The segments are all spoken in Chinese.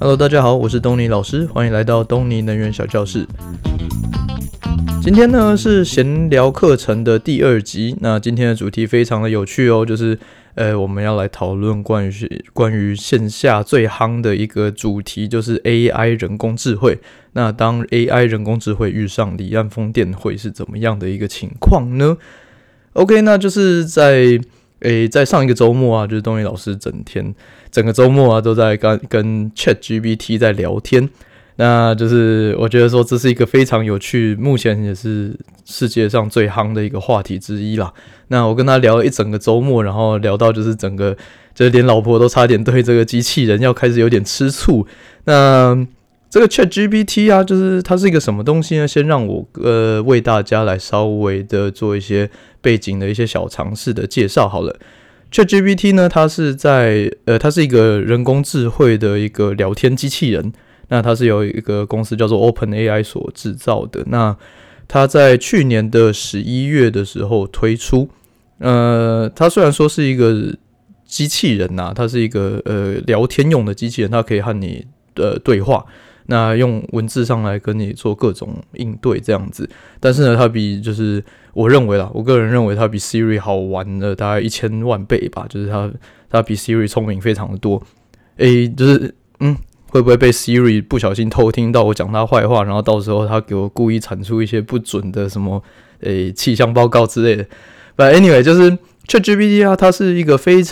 Hello， 大家好，我是东尼老师，欢迎来到东尼能源小教室。今天呢是闲聊课程的第2集，那今天的主题非常的有趣哦，就是我们要来讨论关于线下最夯的一个主题，就是 AI 人工智慧。那当 AI 人工智慧遇上离岸风电会是怎么样的一个情况呢？ OK， 那就是在上一个周末啊，就是东尼老师整个周末啊都在跟 ChatGPT 在聊天。那就是我觉得说这是一个非常有趣，目前也是世界上最夯的一个话题之一啦。那我跟他聊了一整个周末，然后聊到就是就是连老婆都差点对这个机器人要开始有点吃醋。那这个 ChatGPT 啊，就是它是一个什么东西呢？先让我为大家来稍微的做一些背景的一些小常识的介绍好了。ChatGPT 呢，它是一个人工智慧的一个聊天机器人。那它是由一个公司叫做 OpenAI 所制造的。那它在去年的11月的时候推出。它虽然说是一个机器人啊，它是一个聊天用的机器人，它可以和你对话。那用文字上来跟你做各种应对这样子，但是呢，它就是我个人认为它比 Siri 好玩了大概1000万倍吧，就是它比 Siri 聪明非常的多。就是会不会被 Siri 不小心偷听到我讲他坏话，然后到时候他给我故意产出一些不准的什么气象报告之类的。But anyway， 就是 ChatGPT 啊，它是一个非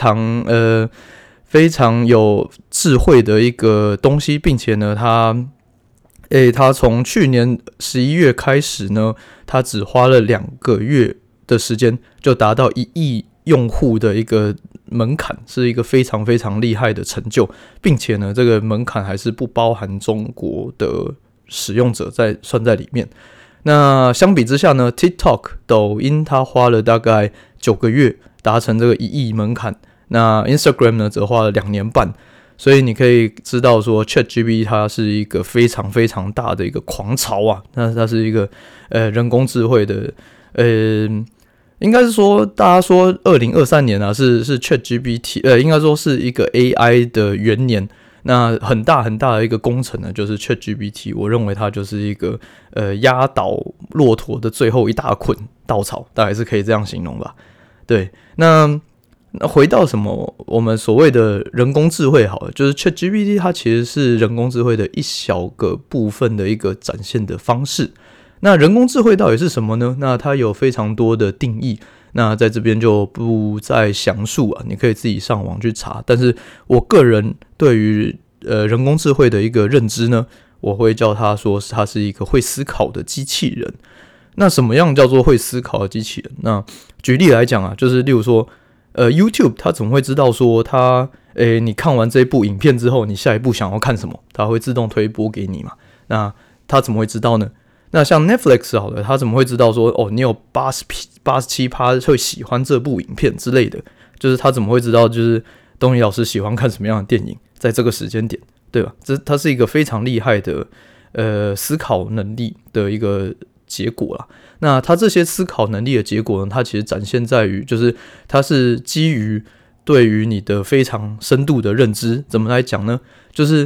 常有智慧的一个东西，并且呢，它从去年11月开始呢，它只花了2个月的时间就达到1亿用户的一个门槛，是一个非常非常厉害的成就，并且呢，这个门槛还是不包含中国的使用者算在里面。那相比之下呢 ，TikTok 抖音它花了大概9个月达成这个1亿门槛。那 Instagram 呢，则花了2年半，所以你可以知道说 ChatGPT 它是一个非常非常大的一个狂潮啊。那它是一个人工智慧的应该是说大家说2023年啊是 ChatGPT 应该说是一个 AI 的元年。那很大很大的一个工程呢，就是 ChatGPT， 我认为它就是一个压倒骆驼的最后一大捆稻草，大概是可以这样形容吧。对，那回到我们所谓的人工智慧好了，就是 ChatGPT 它其实是人工智慧的一小个部分的一个展现的方式。那人工智慧到底是什么呢？那它有非常多的定义，那在这边就不再详述啊，你可以自己上网去查。但是我个人对于人工智慧的一个认知呢，我会叫它说它是一个会思考的机器人。那什么样叫做会思考的机器人？那举例来讲啊，就是例如说YouTube 它怎么会知道说你看完这部影片之后，你下一步想要看什么？它会自动推播给你嘛？那它怎么会知道呢？那像 Netflix 好了，它怎么会知道说你有87%会喜欢这部影片之类的？就是它怎么会知道就是东尼老师喜欢看什么样的电影，在这个时间点，对吧？它是一个非常厉害的思考能力的一个结果啦。那它这些思考能力的结果呢，它其实展现在于就是它是基于对于你的非常深度的认知。怎么来讲呢？就是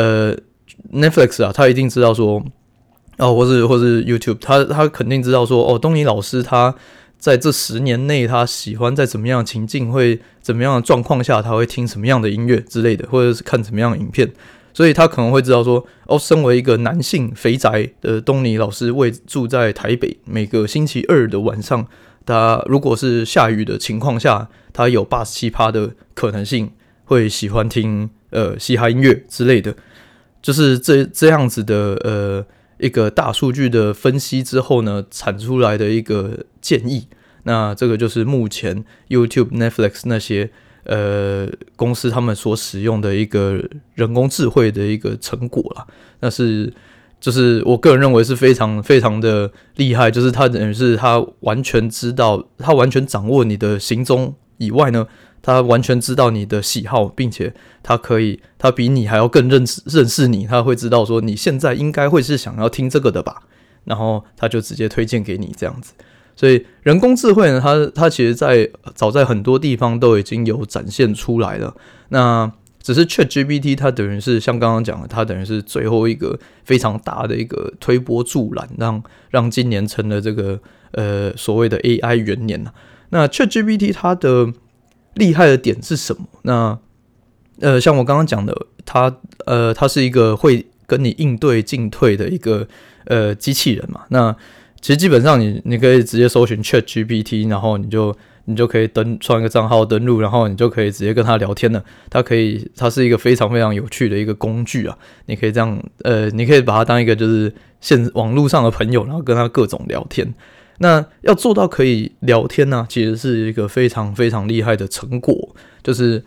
Netflix 啊，它一定知道说或是 YouTube， 他肯定知道说东尼老师他在这10年内他喜欢在怎么样的情境会怎么样的状况下他会听什么样的音乐之类的，或者是看什么样的影片。所以他可能会知道说身为一个男性肥宅的东尼老师，住在台北，每个星期2的晚上，他如果是下雨的情况下，他有87%的可能性会喜欢听嘻哈音乐之类的。就是这样子的一个大数据的分析之后呢，产出来的一个建议。那这个就是目前 YouTube、Netflix 那些公司他们所使用的一个人工智慧的一个成果啦。那就是我个人认为是非常非常的厉害，就是它等于是它完全知道，它完全掌握你的行踪以外呢，他完全知道你的喜好，并且他比你还要更认识你，他会知道说你现在应该会是想要听这个的吧，然后他就直接推荐给你这样子。所以人工智慧呢，它其实早在很多地方都已经有展现出来了。那只是 ChatGPT 它等于是像刚刚讲的，它等于是最后一个非常大的一个推波助澜，让今年成了这个所谓的 AI 元年啊。那 ChatGPT 它的厉害的点是什么？那像我刚刚讲的，它是一个会跟你应对进退的一个机器人嘛。那其实基本上你可以直接搜寻 ChatGPT， 然后你就可以创一个账号登录，然后你就可以直接跟他聊天了。它是一个非常非常有趣的一个工具啊。你可以这样你可以把它当一个就是网络上的朋友，然后跟他各种聊天。那要做到可以聊天呢，其实是一个非常非常厉害的成果。就是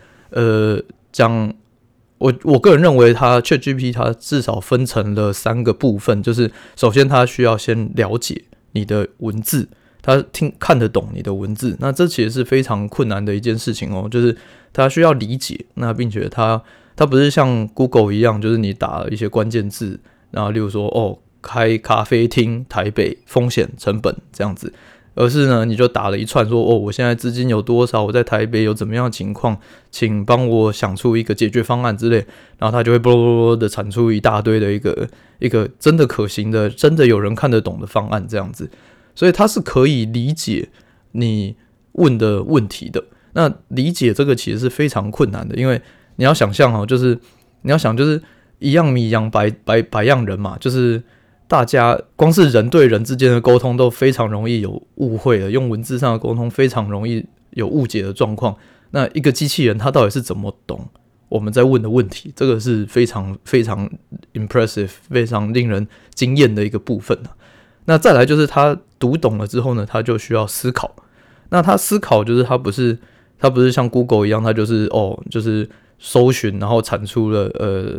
我个人认为它 ChatGPT 它至少分成了3个部分，就是首先它需要先了解你的文字，它看得懂你的文字，那这其实是非常困难的一件事情哦，就是它需要理解，那并且它不是像 Google 一样，就是你打了一些关键字，然后例如说开咖啡厅台北风险成本这样子。而是呢，你就打了一串说我现在资金有多少，我在台北有怎么样的情况，请帮我想出一个解决方案之类，然后他就会啵的产出一大堆的一个真的可行的、真的有人看得懂的方案这样子，所以他是可以理解你问的问题的。那理解这个其实是非常困难的，因为你要想象就是一样米养百样人嘛，就是大家光是人对人之间的沟通都非常容易有误会的，用文字上的沟通非常容易有误解的状况。那一个机器人它到底是怎么懂我们在问的问题？这个是非常非常 impressive、非常令人惊艳的一个部分啊。那再来就是它读懂了之后呢，它就需要思考。那它思考就是它不是像 Google 一样，它就是搜寻，然后产出了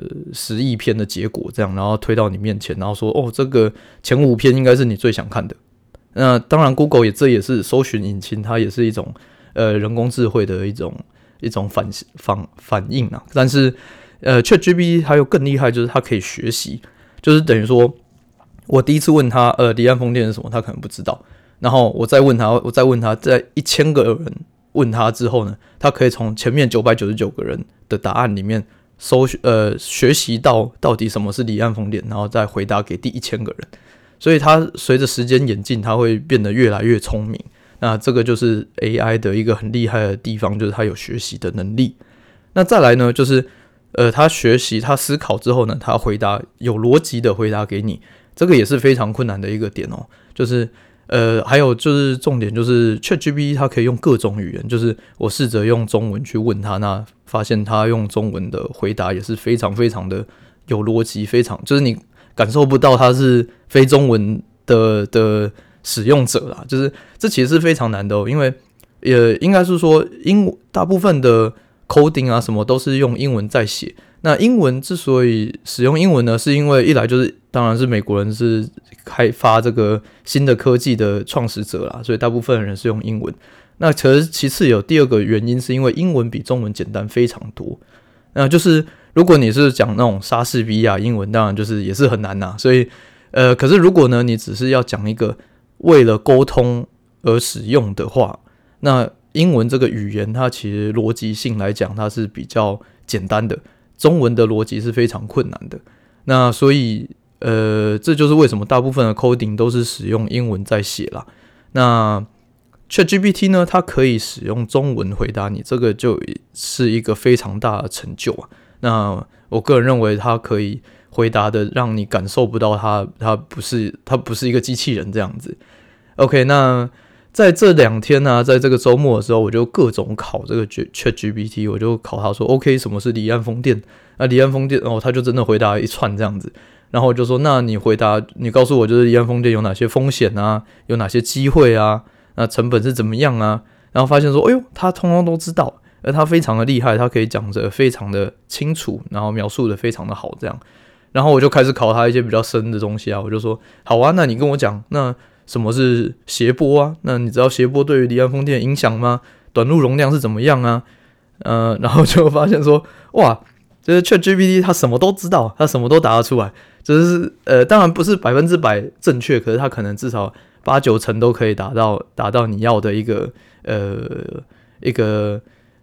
10亿篇的结果，这样，然后推到你面前，然后说这个前5篇应该是你最想看的。那当然 ，Google 这也是搜寻引擎，它也是一种人工智慧的一种反应啊。但是ChatGPT 它又更厉害，就是它可以学习，就是等于说我第一次问他离岸风电是什么，他可能不知道，然后我再问他，在1000个人问他之后呢，他可以从前面999个人的答案里面学习到底什么是离岸风电，然后再回答给第1000个人。所以他随着时间演进，他会变得越来越聪明。那这个就是 AI 的一个很厉害的地方，就是他有学习的能力。那再来呢，就是他学习他思考之后呢，他有逻辑的回答给你，这个也是非常困难的一个点哦。就是还有就是重点就是 ChatGPT 它可以用各种语言，就是我试着用中文去问他，那发现他用中文的回答也是非常非常的有逻辑，非常就是你感受不到他是非中文的使用者啦，就是这其实是非常难的哦，因为应该是说大部分的 coding 啊什么都是用英文在写。那英文之所以使用英文呢，是因为一来就是当然是美国人是开发这个新的科技的创始者啦，所以大部分人是用英文。那其次有第二个原因，是因为英文比中文简单非常多。那就是如果你是讲那种莎士比亚英文，当然就是也是很难呐。所以可是如果呢你只是要讲一个为了沟通而使用的话，那英文这个语言它其实逻辑性来讲它是比较简单的。中文的逻辑是非常困难的，那所以这就是为什么大部分的 coding 都是使用英文在写啦。那 ChatGPT 呢，它可以使用中文回答你，这个就是一个非常大的成就啊。那我个人认为它可以回答的让你感受不到它不是一个机器人这样子。OK， 那在这2天呢，在这个周末的时候，我就各种考这个 ChatGPT， 我就考他说 OK 什么是离岸风电？那离岸风电他就真的回答一串这样子，然后我就说那你告诉我就是离岸风电有哪些风险啊，有哪些机会啊，那成本是怎么样啊？然后发现说哎呦他通通都知道，而他非常的厉害，他可以讲得非常的清楚，然后描述的非常的好这样。然后我就开始考他一些比较深的东西啊，我就说好啊，那你跟我讲那什么是斜波啊？那你知道斜波对于离岸风电的影响吗？短路容量是怎么样啊？然后就发现说，哇，就是 ChatGPT 它什么都知道，它什么都答得出来。就是当然不是100%正确，可是它可能至少8-9成都可以达到你要的一个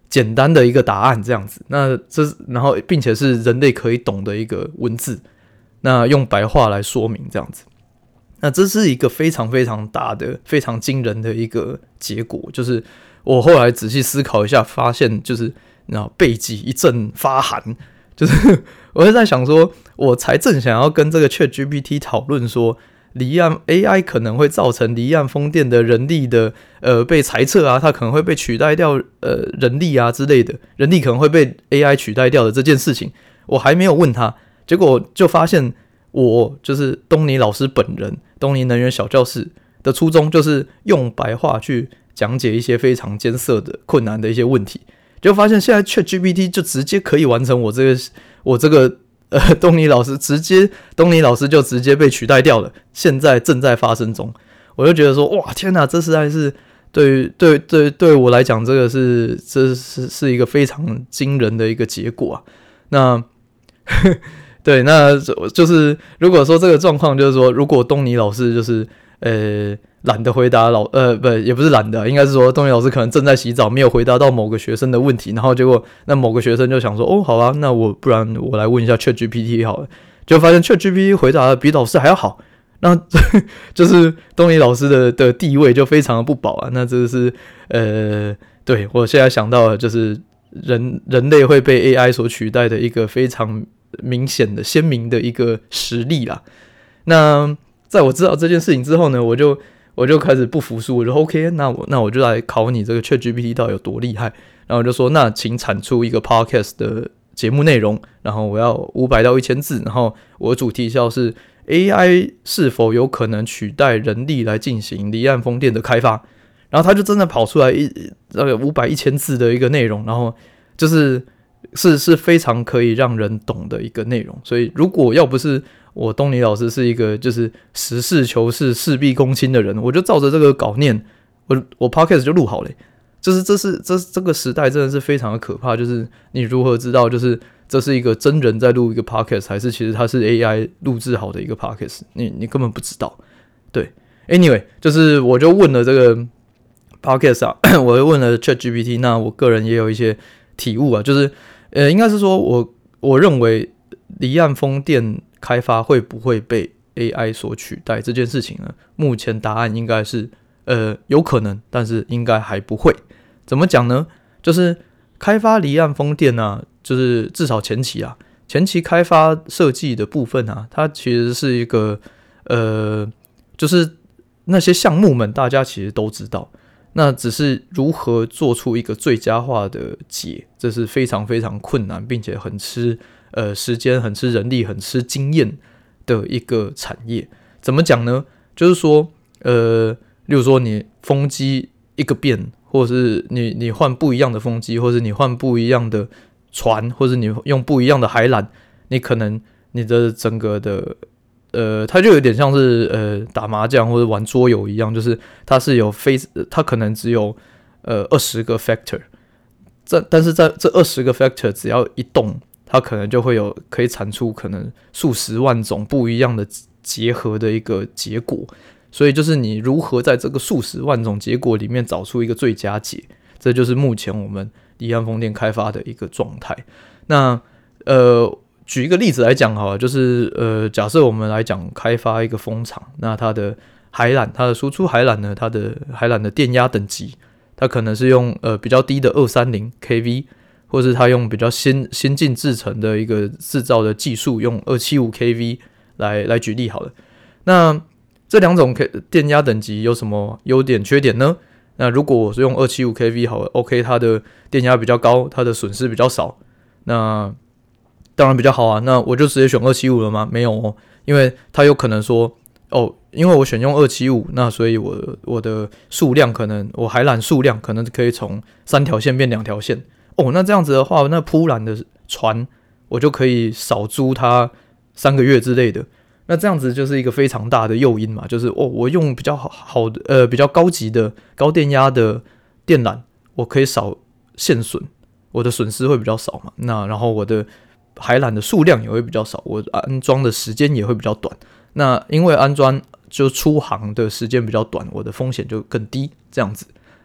简单的一个答案这样子。那然后并且是人类可以懂的一个文字，那用白话来说明这样子。那这是一个非常非常大的、非常惊人的一个结果，就是我后来仔细思考一下，发现就是背脊一阵发寒，就是我就在想说，我才正想要跟这个 ChatGPT 讨论说，离岸 AI 可能会造成离岸风电的人力的被裁撤啊，它可能会被取代掉人力啊之类的，人力可能会被 AI 取代掉的这件事情，我还没有问他，结果就发现我就是东尼老师本人，东尼能源小教室的初衷就是用白话去讲解一些非常艰涩的困难的一些问题，就发现现在 ChatGPT 就直接可以完成我这个东尼老师就直接被取代掉了，现在正在发生中。我就觉得说，哇，天哪，这实在是对我来讲，这是一个非常惊人的一个结果啊。那对，那就是如果说这个状况，就是说，如果东尼老师就是懒得回答不也不是懒得，应该是说东尼老师可能正在洗澡，没有回答到某个学生的问题，然后结果那某个学生就想说，哦，好啊，那不然我来问一下 ChatGPT 好了，就发现 ChatGPT 回答的比老师还要好，那就是东尼老师的地位就非常的不保啊。那这是对我现在想到的就是人类会被 AI 所取代的一个非常明显的鲜明的一个实例啦。那在我知道这件事情之后呢，我就开始不服输，我就 OK， 那我就来考你这个 ChatGPT 到底有多厉害。然后我就说，那请产出一个 podcast 的节目内容，然后我要500到1000字，然后我的主题是 AI 是否有可能取代人力来进行离岸风电的开发。然后他就真的跑出来500-1000字的一个内容，然后就是非常可以让人懂的一个内容。所以如果要不是我东尼老师是一个就是实事求是、事必躬亲的人，我就照着这个稿念，我 podcast 就录好了。就是这个时代真的是非常的可怕，就是你如何知道就是这是一个真人在录一个 podcast， 还是其实它是 AI 录制好的一个 podcast， 你根本不知道。对 ，anyway， 就是我就问了这个 podcast 啊，我又问了 ChatGPT， 那我个人也有一些体悟啊，就是应该是说我认为离岸风电开发会不会被 AI 所取代这件事情呢？目前答案应该是有可能，但是应该还不会。怎么讲呢？就是开发离岸风电啊，就是至少前期开发设计的部分啊，它其实是一个就是那些项目们大家其实都知道，那只是如何做出一个最佳化的解，这是非常非常困难，并且很吃时间、很吃人力、很吃经验的一个产业。怎么讲呢？就是说例如说你风机一个变，或者是你换不一样的风机，或者你换不一样的船，或者你用不一样的海缆，你可能你的整个的它就有点像是打麻将或者玩桌游一样，就是它可能只有20个 factor， 但是在这20个 factor 只要一动，它可能就会可以产出可能数十万种不一样的结合的一个结果。所以就是你如何在这个数十万种结果里面找出一个最佳解，这就是目前我们离岸风电开发的一个状态。那举一个例子来讲好了，就是假设我们来讲开发一个风场，那它的海缆，它的输出海缆呢，它的海缆的电压等级，它可能是用比较低的230 kV， 或是它用比较先进制成的一个制造的技术，用275 kV 来举例好了。那这两种电压等级有什么优点缺点呢？那如果我是用275 kV 好了 ，OK， 它的电压比较高，它的损失比较少，那当然比较好啊。那我就直接选275了吗？没有哦，因为它有可能说，因为我选用275，那所以我的数量可能我海缆数量可能可以从3条线变2条线。那这样子的话，那铺缆的船我就可以少租它3个月之类的。那这样子就是一个非常大的诱因嘛，就是我用比较好的比较高级的高电压的电缆，我可以少线损，我的损失会比较少嘛。那然后我的海缆的数量也会比较少，我安装的时间也会比较短。那因为安装就出航的时间比较短，我的风险就更低。这样子，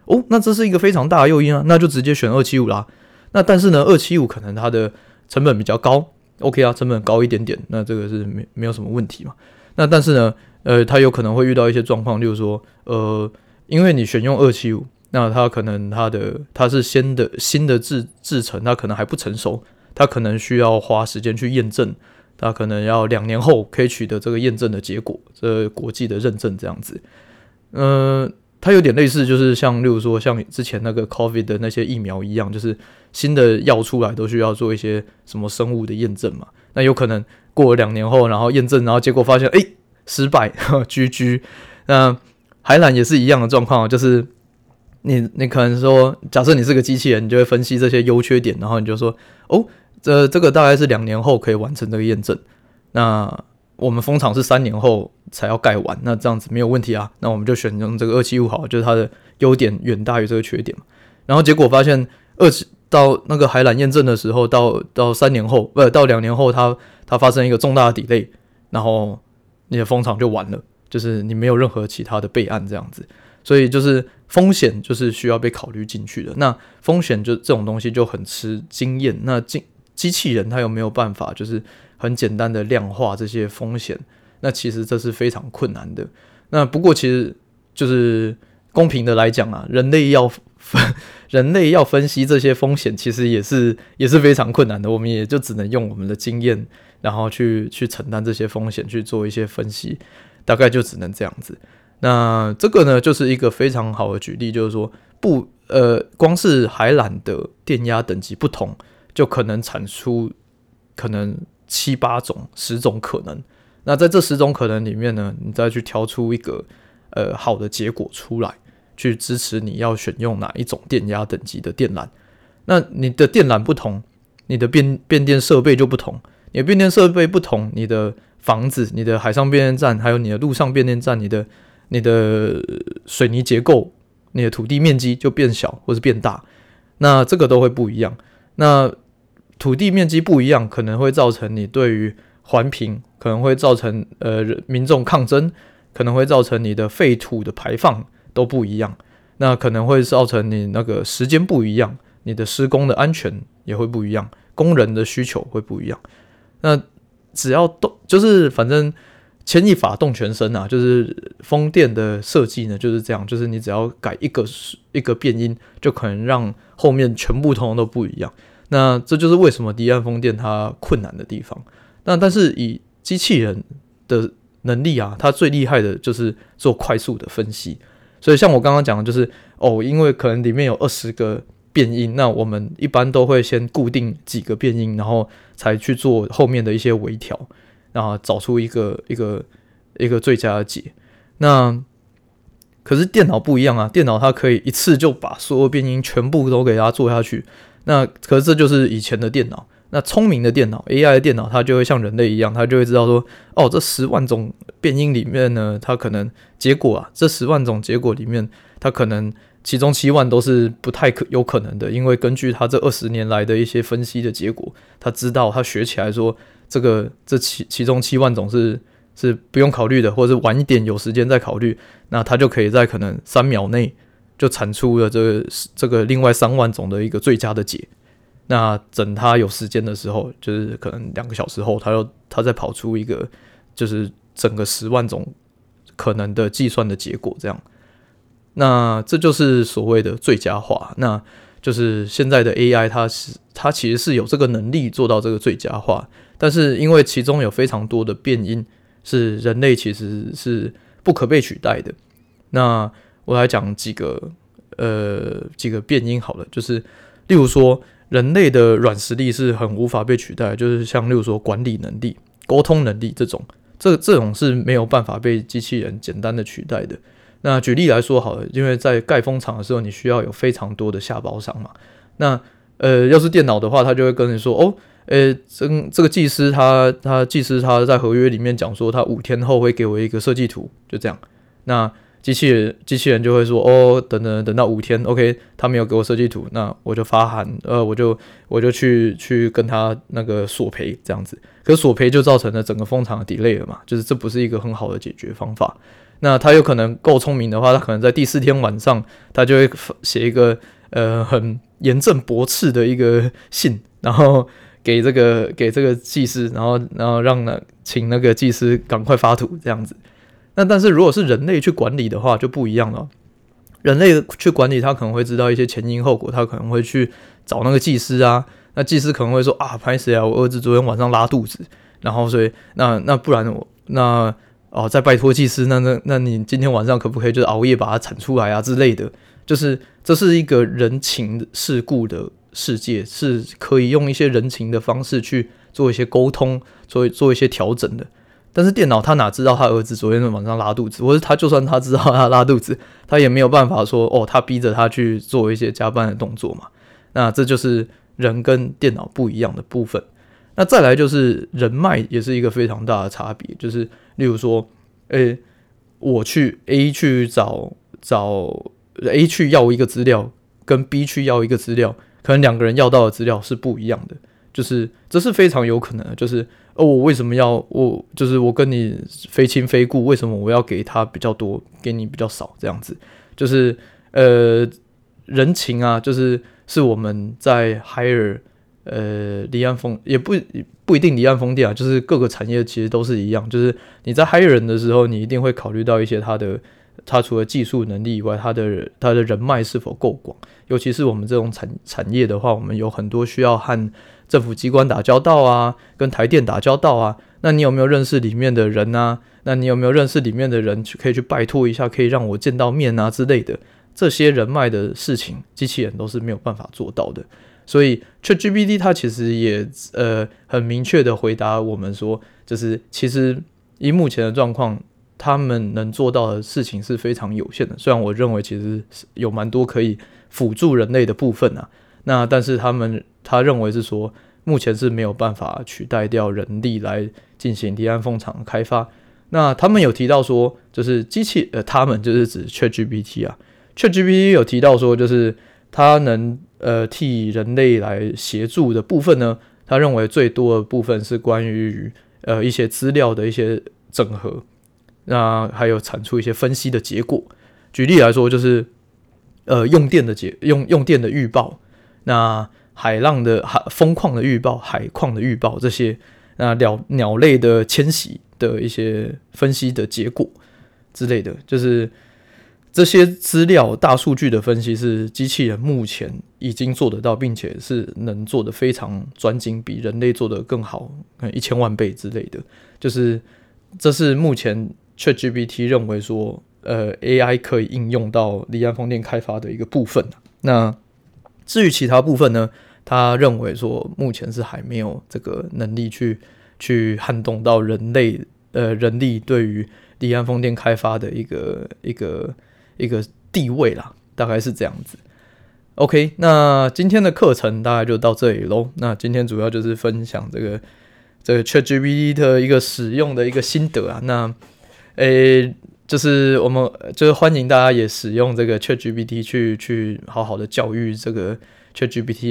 那这是一个非常大的诱因啊，那就直接选275啦。那但是呢，275可能它的成本比较高 ，OK 啊，成本高一点点，那这个是没有什么问题嘛。那但是呢，它有可能会遇到一些状况，例如说，因为你选用275，那它可能它是新的制程，它可能还不成熟，它可能需要花时间去验证，它可能要2年后可以取得这个验证的结果，这国际的认证这样子。它有点类似，就是例如说像之前那个 COVID 的那些疫苗一样，就是新的药出来都需要做一些什么生物的验证嘛。那有可能过了2年后，然后验证，然后结果发现失败，GG。那海缆也是一样的状况，就是你可能说，假设你是个机器人，你就会分析这些优缺点，然后你就说，这个大概是2年后可以完成这个验证。那我们风场是3年后才要盖完，那这样子没有问题啊。那我们就选用这个275好，就是它的优点远大于这个缺点嘛。然后结果发现到那个海缆验证的时候，到3年后，到2年后它发生一个重大的 delay， 然后你的风场就完了，就是你没有任何其他的备案这样子。所以就是风险就是需要被考虑进去的。那风险就这种东西就很吃经验。那机器人它有没有办法就是很简单的量化这些风险？那其实这是非常困难的。那不过其实就是公平的来讲啊，人类要分析这些风险，其实也是非常困难的。我们也就只能用我们的经验，然后去承担这些风险，去做一些分析，大概就只能这样子。那这个呢，就是一个非常好的举例，就是说光是海缆的电压等级不同，就可能产出可能7、8种、10种可能。那在这10种可能里面呢，你再去挑出一个好的结果出来，去支持你要选用哪一种电压等级的电缆。那你的电缆不同，你的变电设备就不同。你的变电设备不同，你的房子、你的海上变电站，还有你的陆上变电站，你的水泥结构、你的土地面积就变小或是变大，那这个都会不一样。那土地面积不一样，可能会造成你对于环评，可能会造成民众抗争，可能会造成你的废土的排放都不一样。那可能会造成你那个时间不一样，你的施工的安全也会不一样，工人的需求会不一样。那只要就是反正牵一发动全身啊，就是风电的设计呢就是这样，就是你只要改一个变音，就可能让后面全部通通都不一样。那这就是为什么离岸风电它困难的地方。但是以机器人的能力啊，它最厉害的就是做快速的分析。所以像我刚刚讲的，就是因为可能里面有20个变音，那我们一般都会先固定几个变音，然后才去做后面的一些微调，然后找出一个最佳的解。那可是电脑不一样啊，电脑它可以一次就把所有变音全部都给它做下去。那可是这就是以前的电脑。那聪明的电脑 AI 的电脑，它就会像人类一样，它就会知道说，这10万种变音里面呢，它可能结果啊，这10万种结果里面，它可能其中7万都是不太有可能的，因为根据它这20年来的一些分析的结果，它知道它学起来说，这其中7万种是不用考虑的，或者是晚一点有时间再考虑，那它就可以在可能3秒内就产出了这个另外3万种的一个最佳的解。那等他有时间的时候，就是可能2个小时后，他再跑出一个就是整个10万种可能的计算的结果，这样。那这就是所谓的最佳化。那就是现在的 AI， 它其实是有这个能力做到这个最佳化，但是因为其中有非常多的变音是人类其实是不可被取代的。那我来讲几个变音好了，就是例如说。人类的软实力是很无法被取代的，就是像例如说管理能力、沟通能力这种是没有办法被机器人简单的取代的。那举例来说好了，因为在盖风场的时候，你需要有非常多的下包商嘛。那要是电脑的话，他就会跟你说，这个技师他在合约里面讲说，他5天后会给我一个设计图，就这样。那机器人就会说哦，等到5天 ，OK， 他没有给我设计图，那我就发函，我就去跟他那个索赔这样子。可是索赔就造成了整个蜂场的 delay 了嘛，就是这不是一个很好的解决方法。那他有可能够聪明的话，他可能在第4天晚上，他就会写一个很严正驳斥的一个信，然后给这个技师，然后请那个技师赶快发图这样子。那但是如果是人类去管理的话就不一样了，人类去管理他可能会知道一些前因后果，他可能会去找那个技师啊，那技师可能会说啊，不好意思啊，我儿子昨天晚上拉肚子，然后所以那不然再拜托技师，那你今天晚上可不可以就是熬夜把它产出来啊之类的，就是这是一个人情世故的世界，是可以用一些人情的方式去做一些沟通，做一些调整的。但是电脑他哪知道他儿子昨天晚上拉肚子，或者他就算他知道他拉肚子，他也没有办法说他逼着他去做一些加班的动作嘛。那这就是人跟电脑不一样的部分。那再来就是人脉也是一个非常大的差别，就是例如说，我去 A 去找 A 去要一个资料，跟 B 去要一个资料，可能2个人要到的资料是不一样的，就是这是非常有可能的，就是我为什么就是我跟你非亲非故，为什么我要给他比较多，给你比较少这样子？就是人情啊，是我们在 hire 离岸风也不一定离岸风电啊，就是各个产业其实都是一样，就是你在 hire 人的时候，你一定会考虑到一些他除了技术能力以外，他的人脉是否够广。尤其是我们这种产业的话，我们有很多需要和政府机关打交道啊，跟台电打交道啊。那你有没有认识里面的人啊？那你有没有认识里面的人可以去拜托一下，可以让我见到面啊之类的？这些人脉的事情，机器人都是没有办法做到的。所以 ChatGPT 它其实也很明确的回答我们说，就是其实以目前的状况，他们能做到的事情是非常有限的。虽然我认为其实有蛮多可以辅助人类的部分啊，那但是他认为是说，目前是没有办法取代掉人力来进行离岸风场的开发。那他们有提到说，就是他们就是指 ChatGPT 啊 ，ChatGPT 有提到说，就是它能替人类来协助的部分呢，他认为最多的部分是关于一些资料的一些整合，那还有产出一些分析的结果。举例来说，就是用电的预报，那海浪的风况的预报、海况的预报这些，那鸟类的迁徙的一些分析的结果之类的，就是这些资料大数据的分析是机器人目前已经做得到，并且是能做得非常专精，比人类做得更好1000万倍之类的。就是这是目前 ChatGPT 认为说AI 可以应用到离岸风电开发的一个部分。那至于其他部分呢，他认为说目前是还没有这个能力去撼动到人力对于离岸风电开发的一个地位啦，大概是这样子。OK， 那今天的课程大概就到这里咯。那今天主要就是分享这个 ChatGPT 的一个使用的一个心得啊。那就是我们就是欢迎大家也使用这个 ChatGPT 去好好的教育这个 ChatGPT，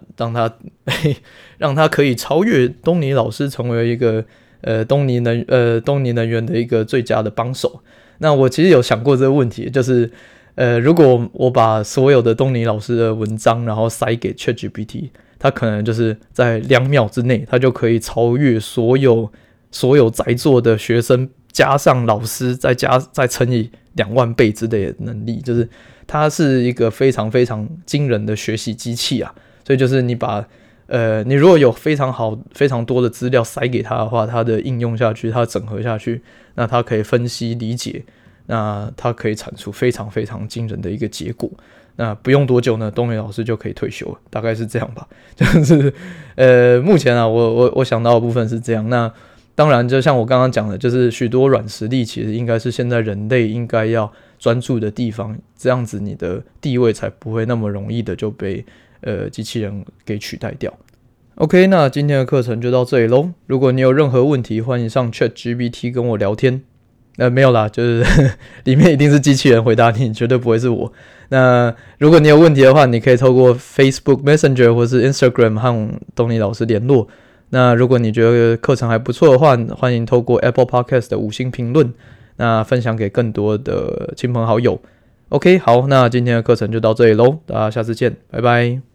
让它可以超越东尼老师，成为一个东尼能源的一个最佳的帮手。那我其实有想过这个问题，就是如果我把所有的东尼老师的文章然后塞给 ChatGPT， 它可能就是在2秒之内，它就可以超越所有在座的学生加上老师再乘以2万倍之类的能力，就是它是一个非常非常惊人的学习机器啊。所以就是你如果有非常多的资料塞给它的话，它的应用下去，它整合下去，那它可以分析理解，那它可以产出非常非常惊人的一个结果。那不用多久呢，东尼老师就可以退休了，大概是这样吧。就是目前啊，我想到的部分是这样。那当然，就像我刚刚讲的，就是许多软实力其实应该是现在人类应该要专注的地方，这样子你的地位才不会那么容易的就被机器人给取代掉。OK， 那今天的课程就到这里咯。如果你有任何问题，欢迎上 ChatGPT 跟我聊天。 没有啦，就是里面一定是机器人回答你，绝对不会是我。那如果你有问题的话，你可以透过 Facebook Messenger 或是 Instagram 和东尼老师联络。那如果你觉得课程还不错的话，欢迎透过 Apple Podcast 的5星评论，那分享给更多的亲朋好友。OK， 好，那今天的课程就到这里咯，大家下次见，拜拜。